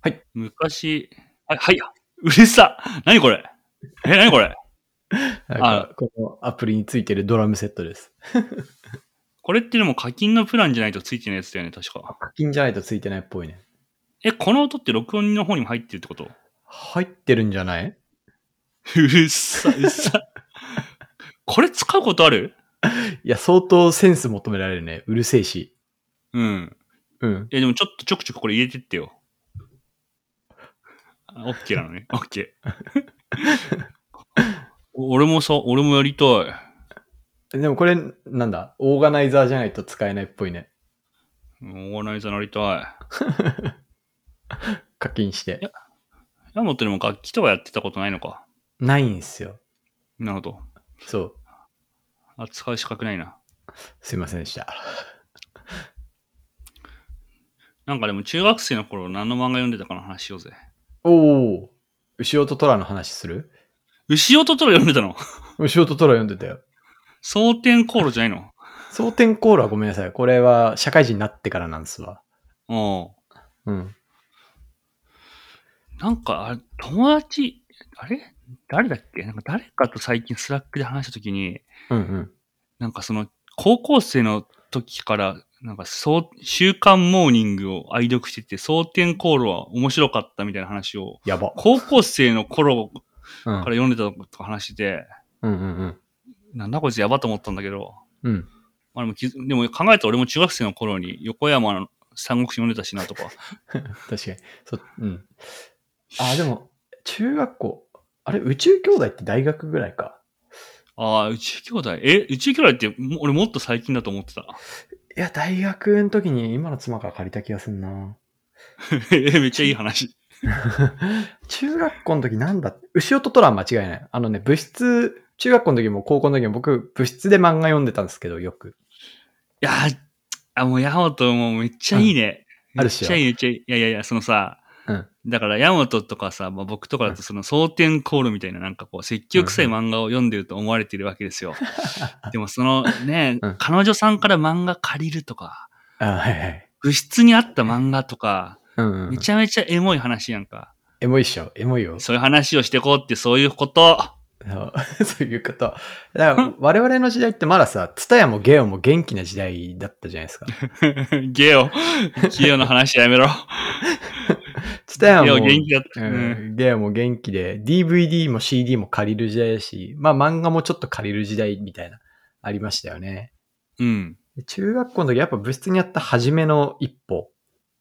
はい。 昔、はい。うるさ。何これ。何これ。 なんか、このアプリについてるドラムセットです。 これってでも課金のプランじゃないとついてないやつだよね、確か。 課金じゃないとついてないっぽいね。 この音って録音の方にも入ってるってこと？ 入ってるんじゃない？ うるさ。これ使うことある？ いや、相当センス求められるね。うるせえし。 うん。でもちょっとちょくちょくこれ入れてってよ。オッケーなのね。オッケー。俺もやりたい。 でもこれ、なんだ、オーガナイザーじゃないと使えないっぽいね。 オーガナイザーなりたい。課金して。 ヤモトでも楽器とかやってたことないのか。 ないんすよ。 なるほど。 そう。 使う資格ないな。 すいませんでした。 なんかでも中学生の頃何の漫画読んでたかの話しようぜ。 おお。牛尾と虎の話する？ 牛尾と虎読んでたの？ 牛尾と虎読んでたよ。 蒼天航路じゃないの？ 蒼天航路はごめんなさい。これは社会人になってからなんですわ。うん。 なんか、友達、誰だっけ？なんか誰かと最近スラックで話したときに、なんかその、高校生の時から、なんか週刊モーニングを愛読してて、蒼天航路は面白かったみたいな話を、 やば。 高校生の頃から読んでたとか話してて、なんだこいつやばと思ったんだけど、まあ、でも考えたら俺も中学生の頃に横山の三国志読んでたしなとか。 確かに。でも、中学校、あれ、宇宙兄弟って大学ぐらいか。 宇宙兄弟宇宙兄弟って俺もっと最近だと思ってた。 いや、大学の時に今の妻から借りた気がすんな。 めっちゃいい話。 中学校の時なんだ牛尾と虎は間違いない。中学校の時も高校の時も僕、部室で漫画読んでたんですけど、よく。 いやもうヤマトもめっちゃいいね。 あるっしょ。 めっちゃいい。いや、そのさ、だからヤマトとかさ、僕とかだとその蒼天コールみたいななんかこう、積極臭い漫画を読んでると思われているわけですよ。でもそのね、彼女さんから漫画借りるとか、部室にあった漫画とか、めちゃめちゃエモい話やんか。 エモいっしょ。エモいよ。 そういう話をしてこうってそういうこと。 そういうこと。だから我々の時代ってまださ、ツタヤもゲオも元気な時代だったじゃないですか。 ゲオの話やめろ。 ツタヤも元気だった。 ゲオも元気で、DVD も CD も借りる時代だし、まあ漫画もちょっと借りる時代みたいな、ありましたよね。中学校の時やっぱ部室にあった初めの一歩。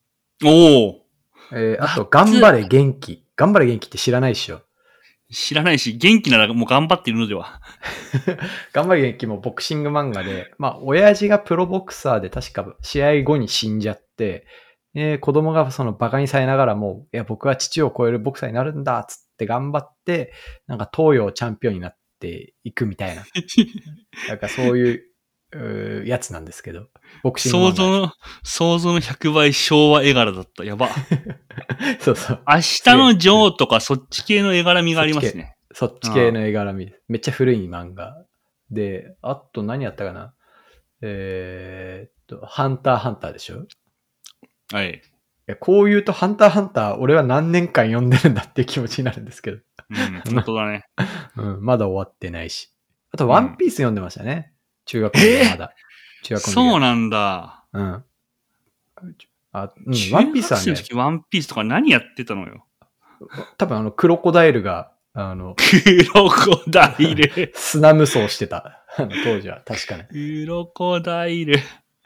あと、頑張れ元気。頑張れ元気って知らないっしょ。 知らないし、元気ならもう頑張っているのでは。 頑張れ元気もボクシング漫画で、まあ、親父がプロボクサーで確か試合後に死んじゃって、子供がその馬鹿にされながらも、いや、僕は父を超えるボクサーになるんだ、つって頑張って、なんか東洋チャンピオンになっていくみたいな。なんかそういうやつなんですけど。ボクシング漫画。 想像の100倍昭和絵柄だった。やば。 そうそう。 明日のジョーとかそっち系の絵柄味がありますね。 そっち系の絵柄味。めっちゃ古い漫画。で、あと何やったかな。ハンターハンターでしょ？ はい。 こう言うと、ハンターハンター、俺は何年間読んでるんだっていう気持ちになるんですけど。 本当だね。 まだ終わってないし。あと、ワンピース読んでましたね。中学校でまだ。中学校そうなんだ。 ワンピースはね。ワンピースとか何やってたのよ。 多分クロコダイルが、 クロコダイル。 砂無双してた。当時は、確かに。 クロコダイル。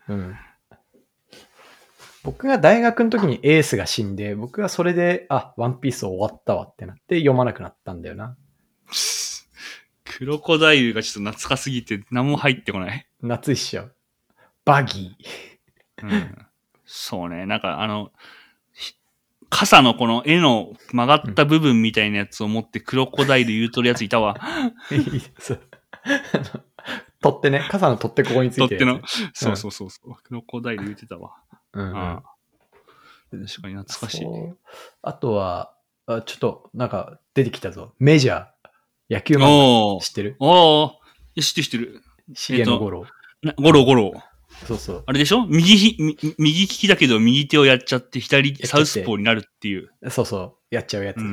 僕が大学の時にエースが死んで、僕はそれで、ワンピース終わったわってなって読まなくなったんだよな。 クロコダイルがちょっと懐かすぎて何も入ってこない。 夏一緒。バギー。そうね。なんか傘のこの絵の曲がった部分みたいなやつを持ってクロコダイル言うとるやついたわ。 取ってね、傘の取ってここについてるやつ。そう。クロコダイル言ってたわ。確かに懐かしい。 あとは、ちょっとなんか出てきたぞ。メジャー。野球漫画知ってる？ 知ってる。 重野五郎。 五郎。 そうそう。 あれでしょ右利きだけど右手をやっちゃってサウスポーになるっていう。 そうそう。やっちゃうやつ。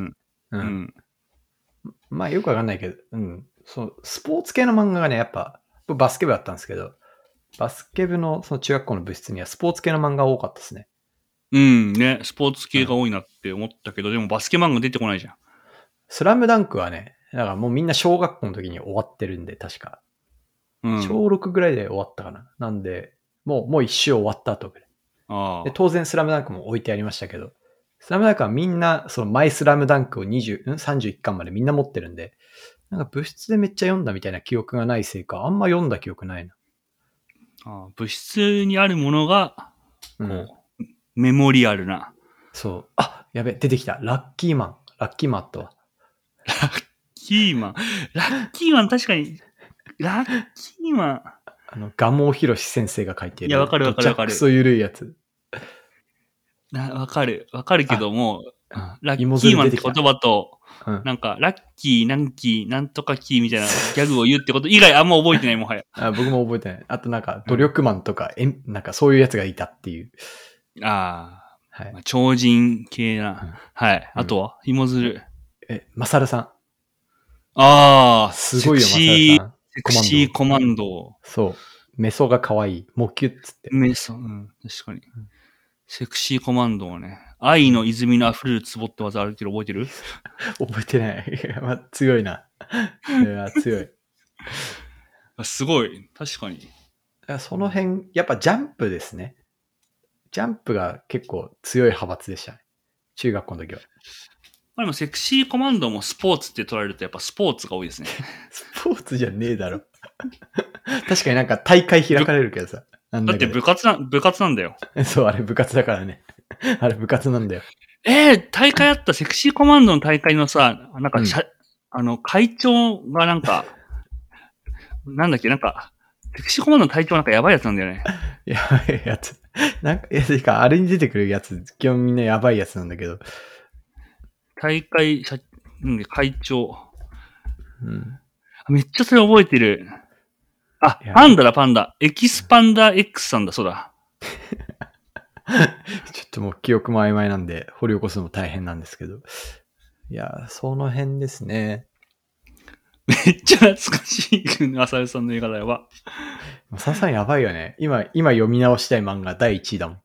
まあよくわかんないけど、そう、スポーツ系の漫画がね、やっぱ、バスケ部だったんですけど、バスケ部のその中学校の部室にはスポーツ系の漫画多かったですね。 ね、スポーツ系が多いなって思ったけど、でもバスケ漫画出てこないじゃん。 スラムダンクはね、だからもうみんな小学校の時に終わってるんで、確か。小6ぐらいで終わったかな。なんで、もう一周終わった後ぐらい。で、当然スラムダンクも置いてありましたけど、スラムダンクはみんな、そのマイスラムダンクを31巻までみんな持ってるんで、なんか部室でめっちゃ読んだみたいな記憶がないせいか、あんま読んだ記憶ないな。 部室にあるものが、メモリアルな。 そう。あ、やべ、出てきた。ラッキーマンあったわ。 ラッキーマン確かに、ラッキーマン。 蒲生博先生が書いてる。 いや、わかる。 ジャックソゆるいやつ。 わかるけども、ラッキーマンって言葉と、なんか、ラッキー、なんキー、なんとかキーみたいなギャグを言うってこと以外あんま覚えてない、もはや。 僕も覚えてない。あとなんか、努力マンとか、なんかそういうやつがいたっていう。 はい。超人系な。はい。あとは芋づる。 マサルさん。 すごいよ、マサルさん。セクシーコマンド。 そう。メソが可愛い。モキュッつって。 メソ、確かに。セクシーコマンドをね、愛の泉の溢れる壺って技あるけど覚えてる？ 覚えてない。強いな。強い。 すごい。確かに。 その辺、やっぱジャンプですね。ジャンプが結構強い派閥でしたね。中学校の時は。 でもセクシーコマンドもスポーツって捉えるとやっぱスポーツが多いですね。 スポーツじゃねえだろ。確かになんか大会開かれるけどさ。 だって部活なんだよ。 そう、あれ部活だからね。あれ部活なんだよ。 大会あったセクシーコマンドの大会のさ、なんか、会長がなんか、なんだっけ、なんか、セクシーコマンドの隊長なんかやばいやつなんだよね。 やばいやつ。なんか、あれに出てくるやつ、基本みんなやばいやつなんだけど。 大会、会長。めっちゃそれ覚えてる。パンダ。エキスパンダー X さんだ、そうだ。 ちょっともう記憶も曖昧なんで、掘り起こすのも大変なんですけど。いや、その辺ですね。 めっちゃ懐かしい、浅井さんの映画だよば。 浅井さんやばいよね。今読み直したい漫画第1位だもん。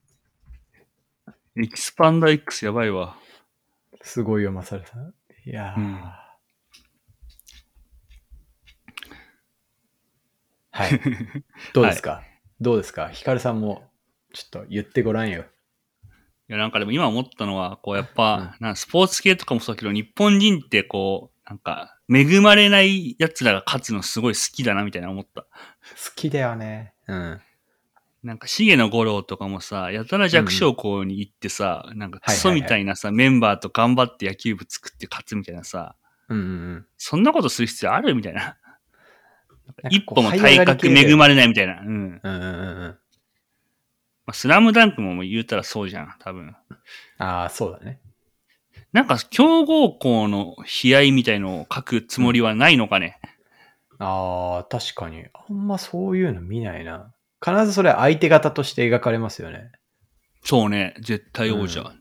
エキスパンダー X やばいわ。 すごいよ、マサルさん。いやはい。どうですか、どうですかヒカルさんも、ちょっと言ってごらんよ。 いや、なんかでも今思ったのは、こうやっぱ、スポーツ系とかもそうだけど、日本人ってこう、なんか、恵まれない奴らが勝つのすごい好きだな、みたいな思った。好きだよね。 なんか、重野五郎とかもさ、やたら弱小校に行ってさ、なんかクソみたいなさ、メンバーと頑張って野球部作って勝つみたいなさ、そんなことする必要あるみたいな。一歩も体格恵まれないみたいな。スラムダンクも言うたらそうじゃん、多分。 そうだね。 なんか、強豪校の悲哀みたいのを書くつもりはないのかね。 確かに。あんまそういうの見ないな。必ずそれ相手方として描かれますよね。 そうね。絶対王者。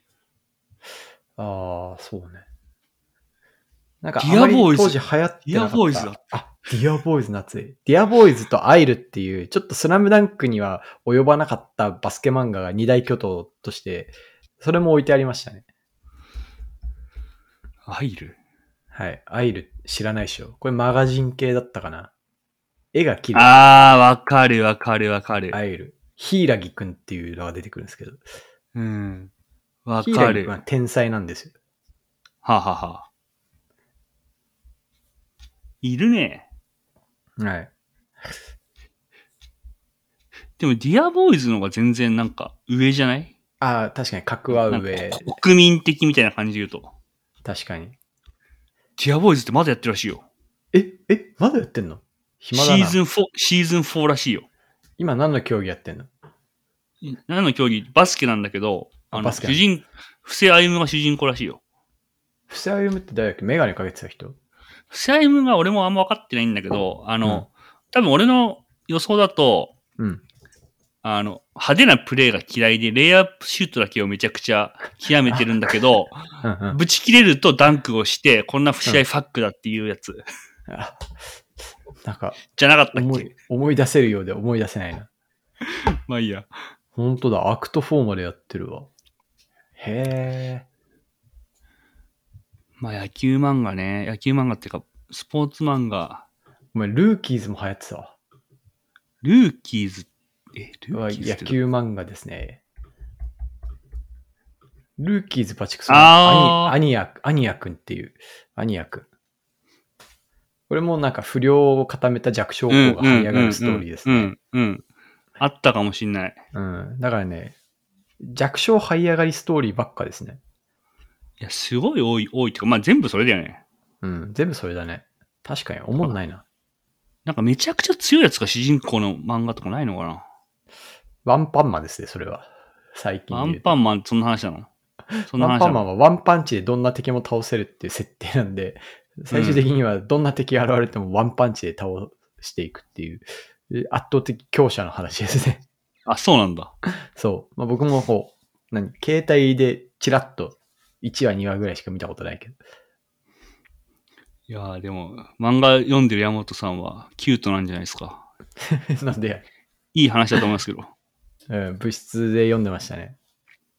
そうね。なんか、 ディアボーイズ。 当時流行ってなかった。 ディアボーイズだ。 ディアボーイズ夏い。ディアボーイズとアイルっていう、ちょっとスラムダンクには及ばなかったバスケ漫画が二大巨頭として、それも置いてありましたね。 アイル？ はい。アイル知らないでしょ。これマガジン系だったかな。絵が綺麗。 わかる。 アイル。ヒイラギくんっていうのが出てくるんですけど。 わかる。 ヒイラギくんは天才なんですよ。 いるね。 はい。 でも、ディアボーイズの方が全然なんか上じゃない？ 確かに格は上。 国民的みたいな感じで言うと。 確かに。 ディアボーイズってまだやってるらしいよ。 まだやってんの？ 暇だな。シーズン4らしいよ。 今何の競技やってんの？ 何の競技？バスケなんだけど、 バスケ。 布施歩が主人公らしいよ。 布施歩って誰だっけ？メガネかけてた人？ 布施歩が俺もあんま分かってないんだけど、多分俺の予想だと、 派手なプレーが嫌いで、レイアップシュートだけをめちゃくちゃ極めてるんだけど、ぶち切れるとダンクをして、こんな試合ファックだっていうやつ。 なんか、 じゃなかったっけ？ 思い出せるようで思い出せないな。 まあいいや。 ほんとだ、アクト4までやってるわ。へえ。 まあ野球漫画ね。野球漫画っていうか、スポーツ漫画。 お前、ルーキーズも流行ってたわ。 ルーキーズ野球漫画ですね。ルーキーズバチクソのアニヤくんっていう、アニヤくん。これもなんか不良を固めた弱小校が這い上がるストーリーですね。 あったかもしんない。 だからね、弱小這い上がりストーリーばっかですね。 いや、すごい多いっていうか、まあ全部それだよね。 全部それだね。確かに、思んないな。 なんかめちゃくちゃ強いやつが主人公の漫画とかないのかな？ ワンパンマンですね、それは。最近ワンパンマン、そんな話なの？ ワンパンマンはワンパンチでどんな敵も倒せるっていう設定なんで、最終的にはどんな敵が現れてもワンパンチで倒していくっていう、圧倒的強者の話ですね。 あ、そうなんだ。 そう。まあ、僕も携帯でチラッと1話2話ぐらいしか見たことないけど。 いやーでも、漫画読んでる山本さんはキュートなんじゃないですか。 なんでいい話だと思いますけど。 部室で読んでましたね。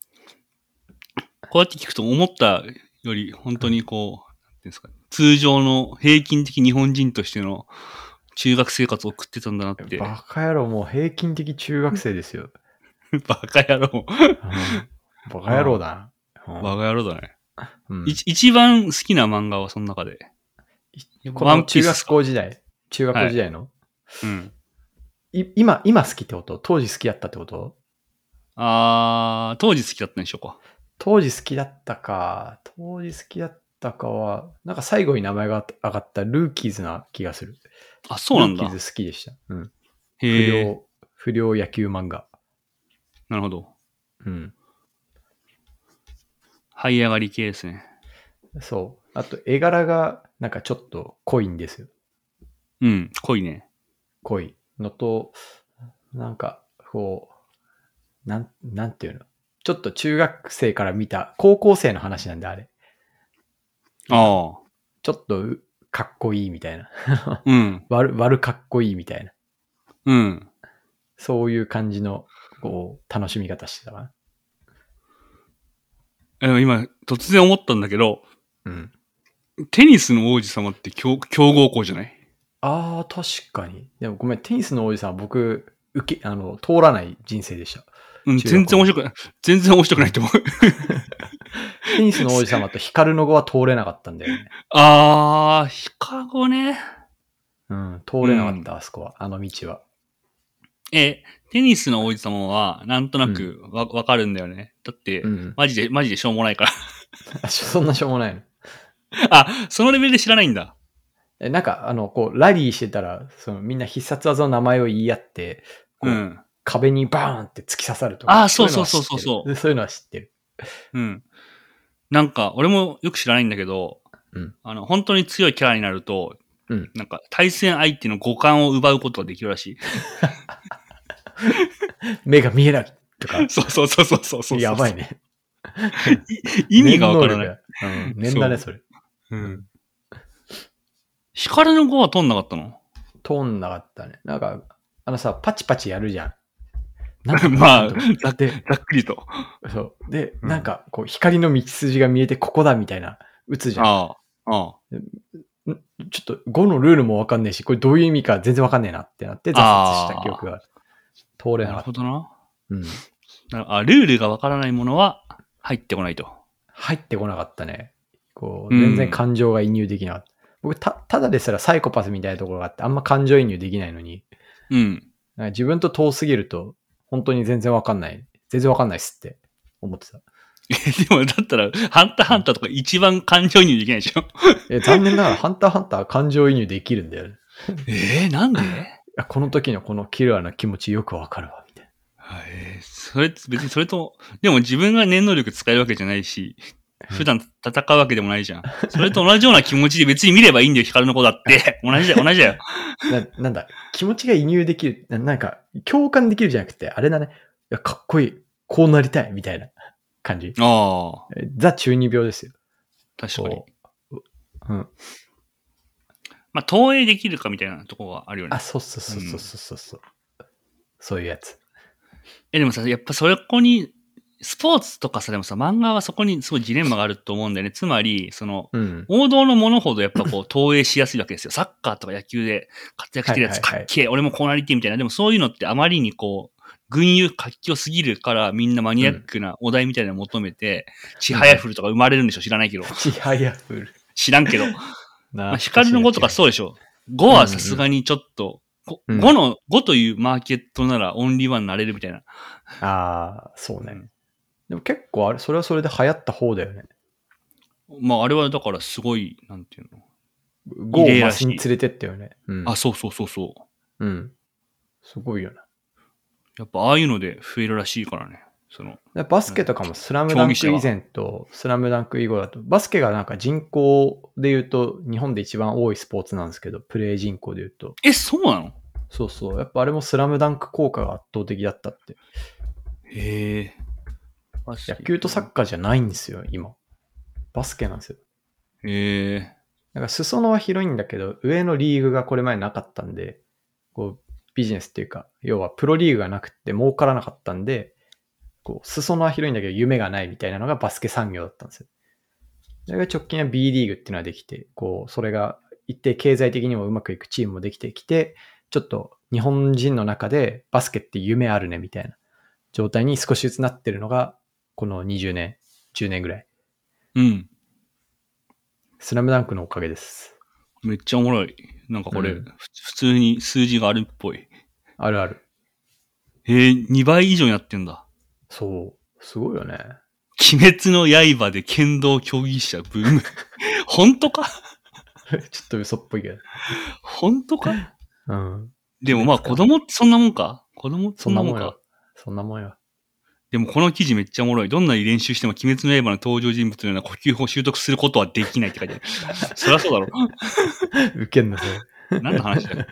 こうやって聞くと思ったより本当になんていうんですか、通常の平均的日本人としての中学生活を送ってたんだなって。 バカ野郎、もう平均的中学生ですよ。 バカ野郎。 バカ野郎だな。 バカ野郎だね。一番好きな漫画はその中で。 この中学校時代の、今好きってこと？当時好きだったってこと？ 当時好きだったんでしょうか。 当時好きだったかは、なんか最後に名前が上がったルーキーズな気がする。 あ、そうなんだ。 ルーキーズ好きでした。 へえ。 不良野球漫画。 なるほど。這い上がり系ですね。 そう。あと、絵柄がなんかちょっと濃いんですよ。 濃いね。 濃いのと、なんか、なんていうの？ちょっと中学生から見た高校生の話なんで、あれ。ちょっとかっこいいみたいな。悪かっこいいみたいな。そういう感じの、楽しみ方してたかな。今、突然思ったんだけど、テニスの王子様って強豪校じゃない？ ああ、確かに。でもごめん、テニスの王子さんは僕、通らない人生でした。 全然面白くないと思う。 テニスの王子様とヒカルの語は通れなかったんだよね。 ヒカ語ね。 通れなかった、あそこは、あの道は。 テニスの王子様は、なんとなくわかるんだよね。だって、マジでしょうもないから。 そんなしょうもないの。 そのレベルで知らないんだ。 なんか、ラリーしてたら、みんな必殺技の名前を言い合って、壁にバーンって突き刺さるとか。 そう。 そういうのは知ってる。 なんか、俺もよく知らないんだけど、本当に強いキャラになると、なんか、対戦相手の五感を奪うことができるらしい。 目が見えないとか。 そう。 やばいね。 意味がわからない。 念だね、それ。 ヒカルの語は通んなかったの？ 通んなかったね。なんか、パチパチやるじゃん。 まあ、ざっくりと。 そう。で、なんか、光の道筋が見えてここだみたいな、打つじゃん。ちょっと5のルールもわかんねえし、これどういう意味か全然わかんねえなってなって挫折した記憶が通れなかった。 なるほどな。ルールがわからないものは入ってこないと。 入ってこなかったね。全然感情が移入できなかった。僕ただですらサイコパスみたいなところがあって、あんま感情移入できないのに、自分と遠すぎると、本当に全然わかんないっすって思ってた。 でもだったら、ハンターハンターとか一番感情移入できないでしょ？ 残念ながら、ハンターハンターは感情移入できるんだよね。 なんで？ この時のこのキラーな気持ちよくわかるわ、みたいな。 別にそれと、でも自分が念能力使えるわけじゃないし、 普段戦うわけでもないじゃん。それと同じような気持ちで別に見ればいいんだよ、光の子だって。同じだよ。 なんだ、気持ちが移入できる、なんか、共感できるじゃなくて、あれだね。いや、かっこいい。こうなりたい。みたいな感じ。 ああ。 ザ中二病ですよ。 確かに。 うん。 まあ、投影できるかみたいなところがあるよね。 あ、そう。そういうやつ。 でもさ、やっぱそこに、スポーツとかさ、でもさ、漫画はそこにすごいジレンマがあると思うんだよね。つまり、王道のものほどやっぱこう、投影しやすいわけですよ。サッカーとか野球で活躍してるやつかっけえ、俺もこうなりてえみたいな。でもそういうのってあまりにこう、群雄割拠すぎるからみんなマニアックなお題みたいなのを求めて、ちはやふるとか生まれるんでしょ知らないけど。 ちはやふる。 知らんけど。まあ、光の5とかそうでしょ。5はさすがにちょっと、5というマーケットならオンリーワンになれるみたいな。 ああ、そうね。でも結構それはそれで流行った方だよね。 まああれはだからすごい、なんていうの。 5をマスに連れてったよね。 あ、そう。 うん。すごいよね。 やっぱああいうので増えるらしいからね。 バスケとかもスラムダンク以前とスラムダンク以後だと、バスケがなんか人口で言うと日本で一番多いスポーツなんですけど、プレイ人口で言うと。 そうなの？ そう。やっぱあれもスラムダンク効果が圧倒的だったって。 へえ。 野球とサッカーじゃないんですよ、今。バスケなんですよ。 へえ。 なんか裾野は広いんだけど、上のリーグがこれまでなかったんで、こう、ビジネスっていうか、要はプロリーグがなくて儲からなかったんで、こう、裾野は広いんだけど夢がないみたいなのがバスケ産業だったんですよ。それが直近は B リーグっていうのができて、こう、それが一定経済的にもうまくいくチームもできてきて、ちょっと日本人の中でバスケって夢あるねみたいな状態に少しずつなってるのが、この20年、10年ぐらい。 うん。 スラムダンクのおかげです。 めっちゃおもろい。なんかこれ、普通に数字があるっぽい。 あるある。 2倍以上になってんだ。 そう。すごいよね。 鬼滅の刃で剣道競技者ブーム。本当かちょっと嘘っぽいけど。 本当かうん。 でもまあ子供ってそんなもんか子供ってそんなもんかそんなもんよ。 でもこの記事めっちゃおもろい。どんなに練習しても鬼滅の刃の登場人物のような呼吸法を習得することはできないって書いてある。そりゃそうだろ。 ウケんな、それ。何の話だよ。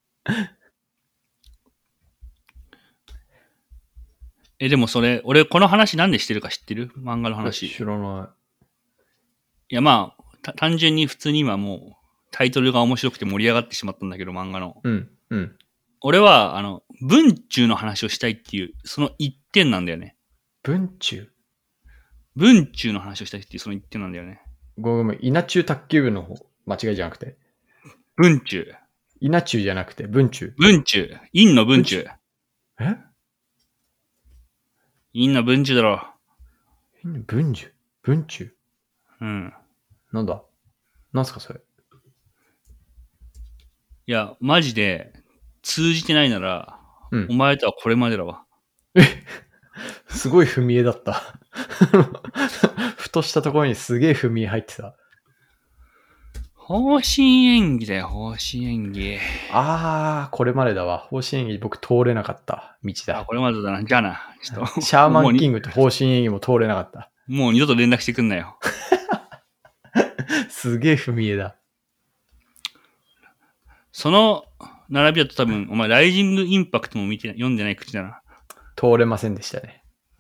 でもそれ、俺この話なんでしてるか知ってる？漫画の話。 知らない。 いやまあ、単純に普通に今もうタイトルが面白くて盛り上がってしまったんだけど、漫画の。俺は、文中の話をしたいっていう、その一点なんだよね。 文中の話をしたいっていう、その一点なんだよね。 ごめん、稲中卓球部の方、間違いじゃなくて。 文中。 稲中じゃなくて、文中。 文中。陰の文中。 え？ 陰の文中だろ。 文中？文中？ うん。 なんだ？なんすかそれ。 いや、マジで、通じてないなら、お前とはこれまでだわ。 すごい踏み絵だった。ふとしたところにすげえ踏み絵入ってた。 方針演技だよ、方針演技。 これまでだわ。方針演技僕通れなかった道だ。 これまでだな。じゃあな。ちょっと。 シャーマンキングと方針演技も通れなかった。 もう二度と連絡してくんなよ。 すげえ踏み絵だ。 その並びだと多分、お前、ライジングインパクトも読んでない口だな。 通れませんでしたね。 うん。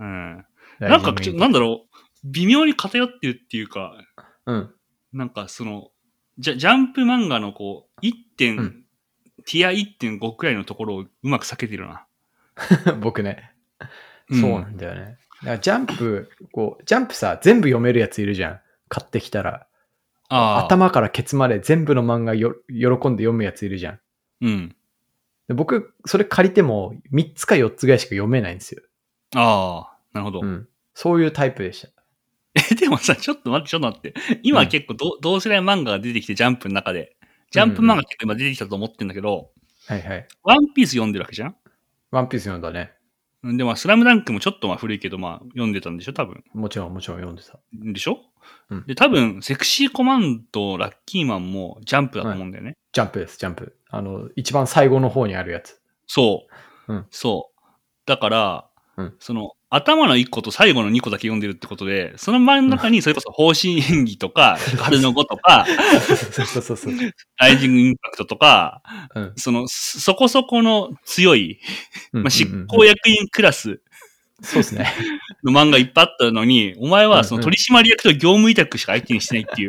なんか、なんだろう、微妙に偏ってるっていうか、なんかジャンプ漫画のこう、ティア 1.5 くらいのところをうまく避けてるな。 僕ね。そうなんだよね。だからジャンプさ、全部読めるやついるじゃん。買ってきたら。頭からケツまで全部の漫画喜んで読むやついるじゃん。で僕、それ借りても3つか4つぐらいしか読めないんですよ。 なるほど。 そういうタイプでした。 でもさ、ちょっと待って。今結構同世代漫画が出てきて、ジャンプの中で。ジャンプ漫画結構今出てきたと思ってんだけど、ワンピース読んでるわけじゃん？ ワンピース読んだね。 でも、スラムダンクもちょっと古いけど、読んでたんでしょ多分。 もちろん読んでた。 でしょ？で、多分、セクシーコマンド、ラッキーマンもジャンプだと思うんだよね。 ジャンプです、ジャンプ。一番最後の方にあるやつ。 そう。そう。だから、 うん、 その、頭の1個と最後の2個だけ読んでるってことで、その真ん中にそれこそ方針演技とか、光の語とか、ライジングインパクトとか、 うん、 そこそこの強い、執行役員クラスそうですね。 の漫画いっぱいあったのに、お前はその取締役と業務委託しか相手にしてないっていう。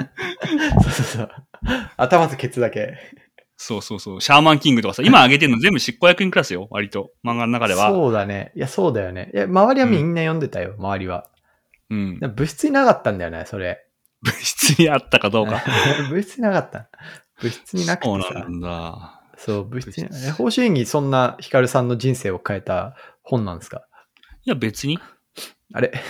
頭とケツだけ。 そう。シャーマンキングとかさ、今挙げてるの全部執行役員クラスよ、割と。漫画の中では。 そうだね。いや、そうだよね。いや、周りはみんな読んでたよ、周りは。 うん。 部室になかったんだよね、それ。 部室にあったかどうか。 部室になかった。部室になくてさ。 そうなんだ。 そう、部室に。報酬演技、そんなヒカルさんの人生を変えた本なんですか？ いや、別に。 あれ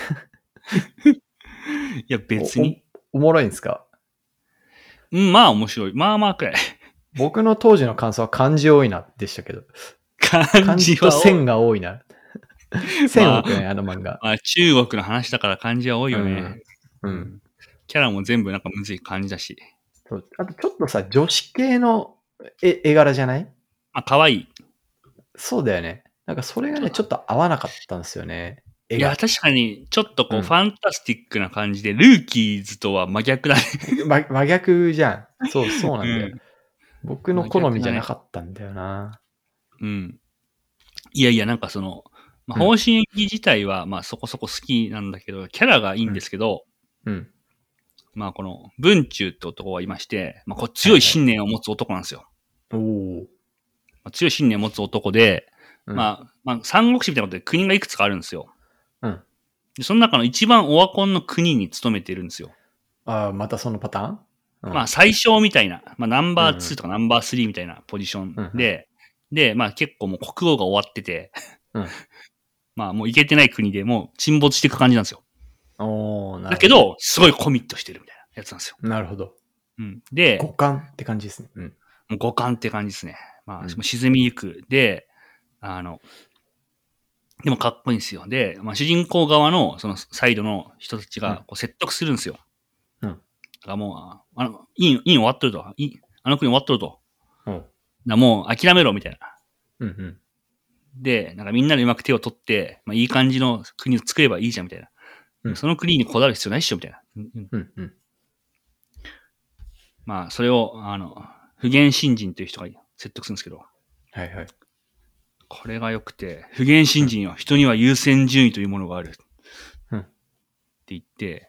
いや、別に。 おもろいんですか？ うん、まあ面白い。まあくらい。 僕の当時の感想は漢字多いなでしたけど。漢字と線が多いな。線多くない、あの漫画。 まあ中国の話だから漢字は多いよね。 うん。 キャラも全部なんかむずい感じだし。 あとちょっとさ、女子系の絵柄じゃない？ 可愛い。 そうだよね。なんかそれがね、ちょっと合わなかったんですよね。 いや、確かに、ちょっとこう、ファンタスティックな感じで、ルーキーズとは真逆だね。 真逆じゃん。そうなんだよ。僕の好みじゃなかったんだよな。 うん。いや、なんかその、方針演技自体は、そこそこ好きなんだけど、キャラがいいんですけど、この、文中って男がいまして、強い信念を持つ男なんですよ。強い信念を持つ男で、三国志みたいなことで国がいくつかあるんですよ。でその中の一番オワコンの国に勤めてるんですよ。 またそのパターン？ 最小みたいな、ナンバー2とかナンバー3みたいなポジションで、結構もう国王が終わってて、もういけてない国でもう沈没していく感じなんですよ。だけど、すごいコミットしてるみたいなやつなんですよ。 なるほど。 で、 五感って感じですね。 もう五感って感じですね。沈みゆく。で、でもかっこいいんですよ。で、主人公側のそのサイドの人たちがこう説得するんですよ。だからもう、いい終わっとると。あの国終わっとると。もう諦めろみたいな。で、なんかみんなでうまく手を取って、いい感じの国を作ればいいじゃんみたいな。その国にこだわる必要ないっしょみたいな。それを、不言新人という人が説得するんですけど。これが良くて、不言新人は人には優先順位というものがある。って言って、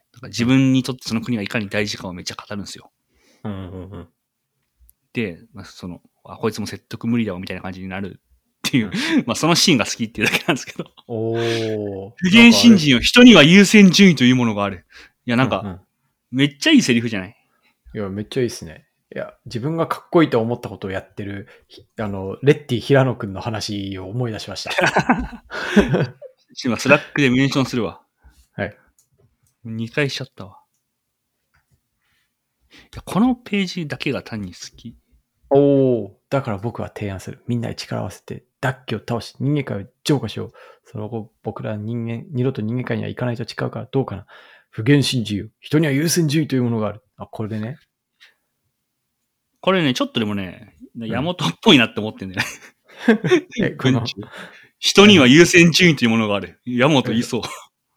なんか自分にとってその国がいかに大事かをめっちゃ語るんですよ。で、こいつも説得無理だわみたいな感じになるっていう、そのシーンが好きっていうだけなんですけど。不言新人は人には優先順位というものがある。いや、なんか、めっちゃいいセリフじゃない？ いや、めっちゃいいっすね。いや、自分がかっこいいと思ったことをやってる、レッティ平野くんの話を思い出しました。 今、スラックでメンションするわ。 はい。 2回しちゃったわ。いや、このページだけが単に好き。 だから僕は提案する。みんなで力を合わせて、ダッキを倒し、人間界を浄化しよう。その後、僕ら二度と人間界には行かないと誓うからどうかな。不言信じよ。人には優先順位というものがある。これでね。 これね、ちょっとでもね、ヤモトっぽいなって思ってんだよね。人には優先順位というものがある。ヤモト言いそう。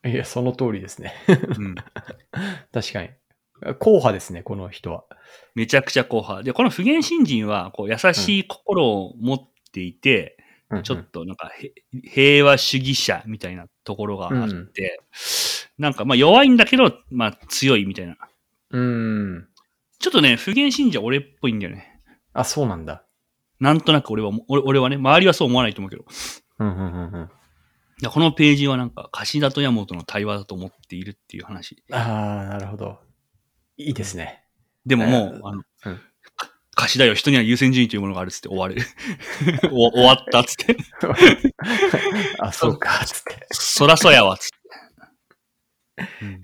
いや、その通りですね。確かに。硬派ですね、この人は。 めちゃくちゃ硬派。で、この不言信心は、こう、優しい心を持っていて、ちょっとなんか、平和主義者みたいなところがあって、なんか、弱いんだけど、強いみたいな。ちょっとね、不言信者俺っぽいんだよね。 そうなんだ。 なんとなく俺はね、周りはそう思わないと思うけど。このページはなんか、貸田と山本の対話だと思っているっていう話。 なるほど。いいですね。 でももう、貸しだよ、人には優先順位というものがあるっつって終わる。終わったっつって。 そうか、つって。 そらそやわ、つって。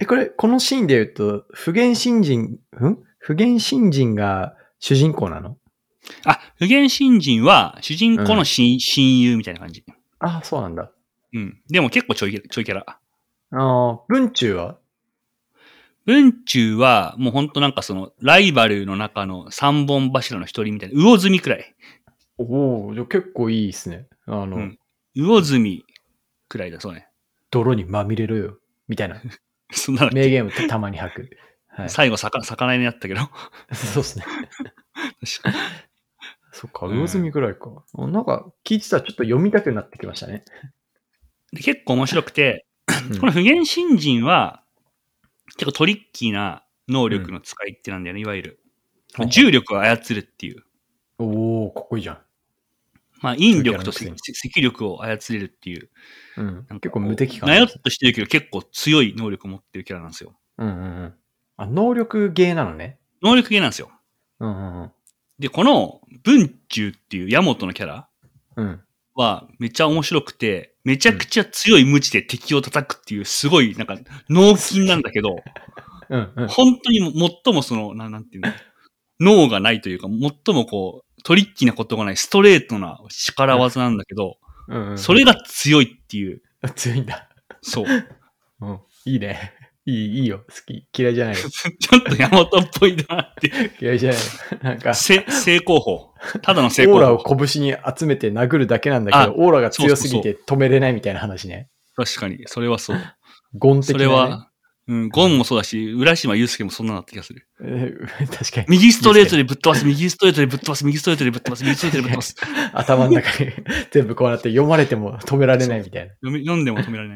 このシーンで言うと、不言信心が主人公なの？ 不言信心は主人公の親友みたいな感じ。 そうなんだ。 でも結構ちょいキャラ。 文中は？ 文中は、もうほんとなんかその、ライバルの中の三本柱の一人みたいな、魚住くらい。 じゃ結構いいですね。 魚住、 くらいだそうね。 泥にまみれろよ、みたいな。 そんな名言をたまに吐く。 はい、最後、魚になったけど。 そうですね。 確かに。 そっか、魚住くらいか。なんか、聞いてたらちょっと読みたくなってきましたね。 で結構面白くて、この不言新人は、結構トリッキーな能力の使い手なんだよね、いわゆる。重力を操るっていう。 おー、かっこいいじゃん。 まあ、引力と積力を操れるっていう。 結構無敵感。 なよっとしてるけど結構強い能力を持ってるキャラなんですよ。 能力ゲーなのね。 能力ゲーなんですよ。で、この文中っていうヤモトのキャラはめっちゃ面白くて、めちゃくちゃ強い無知で敵を叩くっていうすごいなんか脳筋なんだけど、本当に最もその、なんていうの、脳がないというか、最もこう、トリッキーなことがないストレートな力技なんだけど、それが強いっていう。 強いんだ。 そう。 いいね。いいよ。好き。嫌いじゃないよ。 ちょっとヤマトっぽいなって。 嫌いじゃないよ。なんか。 成功法。ただの成功法。 オーラを拳に集めて殴るだけなんだけど、オーラが強すぎて止めれないみたいな話ね。 確かに。それはそう。 ゴン的な、ね。 それは、ゴンもそうだし、浦島祐介もそんなのだった気がする。 確かに。 右ストレートでぶっ飛ばす、右ストレートでぶっ飛ばす、右ストレートでぶっ飛ばす、右ストレートでぶっ飛ばす。 頭の中に全部こうなって読まれても止められないみたいな。 読んでも止められない。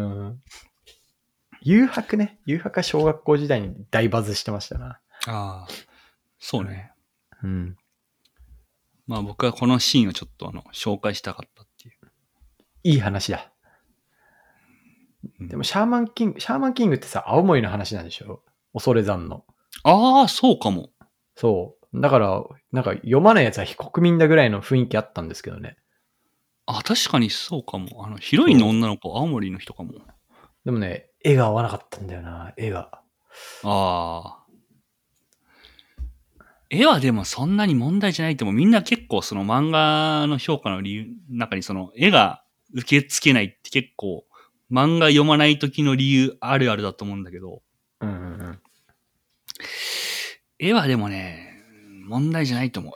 誘白ね。誘白は小学校時代に大バズしてましたな。 ああ、そうね。まあ僕はこのシーンをちょっと紹介したかったっていう。 いい話だ。でもシャーマンキングってさ、青森の話なんでしょ？恐山の。 ああ、そうかも。 そう。だから、なんか読まないやつは非国民だぐらいの雰囲気あったんですけどね。 あ、確かにそうかも。ヒロインの女の子、青森の人かも。 でもね、絵が合わなかったんだよな、絵が。 ああ。絵はでもそんなに問題じゃないと思う。みんな結構その漫画の評価の理由の中にその絵が受け付けないって結構漫画読まない時の理由あるあるだと思うんだけど。絵はでもね、問題じゃないと思う。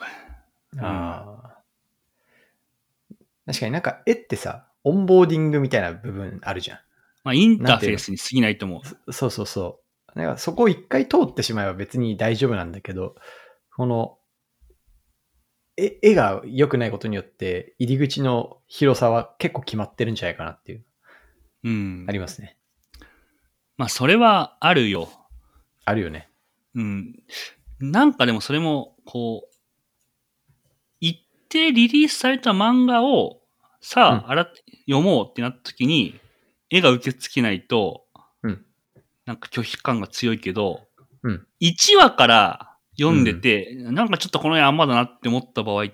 確かになんか絵ってさ、オンボーディングみたいな部分あるじゃん。 まあインターフェースに過ぎないと思う。そうそうそう。なんかそこを一回通ってしまえば別に大丈夫なんだけど、この、絵が良くないことによって入り口の広さは結構決まってるんじゃないかなっていう。ありますね。 まあそれはあるよ。 あるよね。 なんかでもそれも、こう、一定リリースされた漫画をさあ、読もうってなった時に、絵が受け付けないと、なんか拒否感が強いけど、1話から読んでて、なんかちょっとこの絵あんまだなって思った場合って、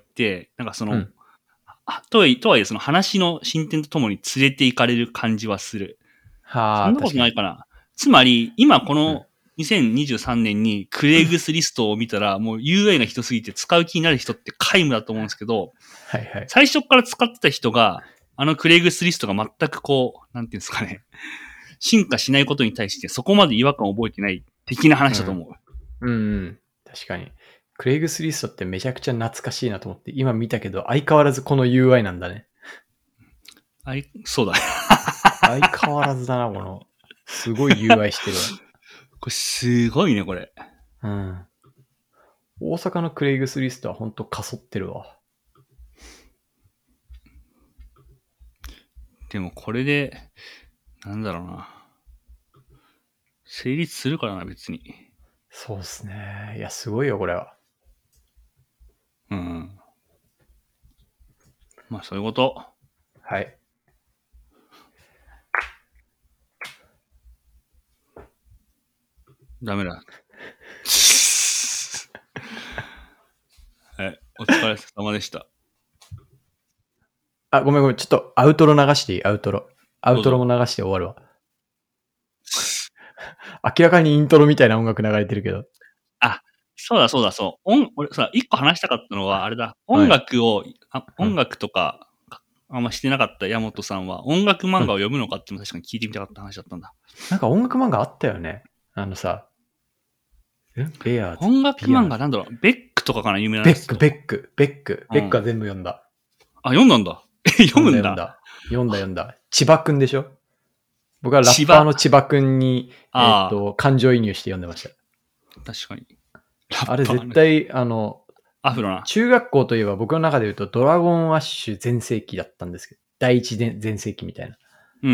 なんかその、とはいえその話の進展とともに連れて行かれる感じはする。そんなことないかな。つまり、今この2023年にクレイグスリストを見たら、もう UI がひどすぎて使う気になる人って皆無だと思うんですけど、最初から使ってた人が、クレイグスリストが全くこう、なんていうんですかね、進化しないことに対してそこまで違和感を覚えてない的な話だと思う。 確かに。クレイグスリストってめちゃくちゃ懐かしいなと思って、今見たけど相変わらずこの UI なんだね。 そうだ。 相変わらずだな、この。すごい UI してるわ。 これすごいね、これ。 大阪のクレイグスリストはほんとかそってるわ。 でもこれで、なんだろうな。成立するからな、別に。 そうっすね。いや、すごいよ、これは。 まあ、そういうこと。 はい。 ダメだ。はい。お疲れ様でした。 ごめん。ちょっとアウトロ流していい？アウトロも流して終わるわ。明らかにイントロみたいな音楽流れてるけど。 そう。俺さ、一個話したかったのは、あれだ。音楽とか、あんましてなかった山本さんは、音楽漫画を読むのかっても確かに聞いてみたかった話だったんだ。 なんか音楽漫画あったよね。さ、ベアーズ。 音楽漫画なんだろう。ベックとかかな、有名なベックは全部読んだ。 あ、読んだんだ。 読むんだ。 読んだ。千葉くんでしょ？僕はラッパーの千葉くんに、感情移入して読んでました。 確かに。 あれ絶対、 アフロな。 中学校といえば僕の中で言うとドラゴンアッシュ全盛期だったんですけど、第一全盛期みたいな。 うんうん。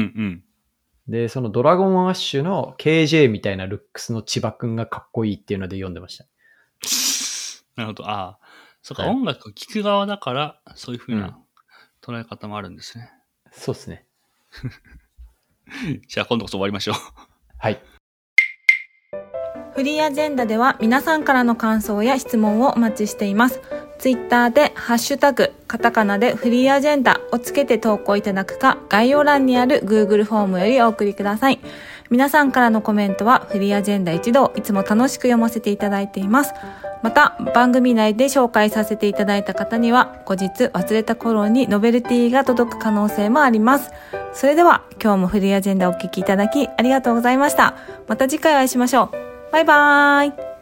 で、そのドラゴンアッシュの KJ みたいなルックスの千葉くんがかっこいいっていうので読んでました。 なるほど。そうか、はい、音楽を聴く側だから、そういう風な捉え方もあるんですね。 そうですね。 じゃあ今度こそ終わりましょう。 はい。 フリーアジェンダでは皆さんからの感想や質問をお待ちしています。ツイッターでハッシュタグカタカナでフリーアジェンダをつけて投稿いただくか、概要欄にある Google フォームよりお送りください。皆さんからのコメントはフリーアジェンダ一同いつも楽しく読ませていただいています。また番組内で紹介させていただいた方には後日忘れた頃にノベルティが届く可能性もあります。それでは今日もフリーアジェンダをお聞きいただきありがとうございました。また次回お会いしましょう。バイバーイ。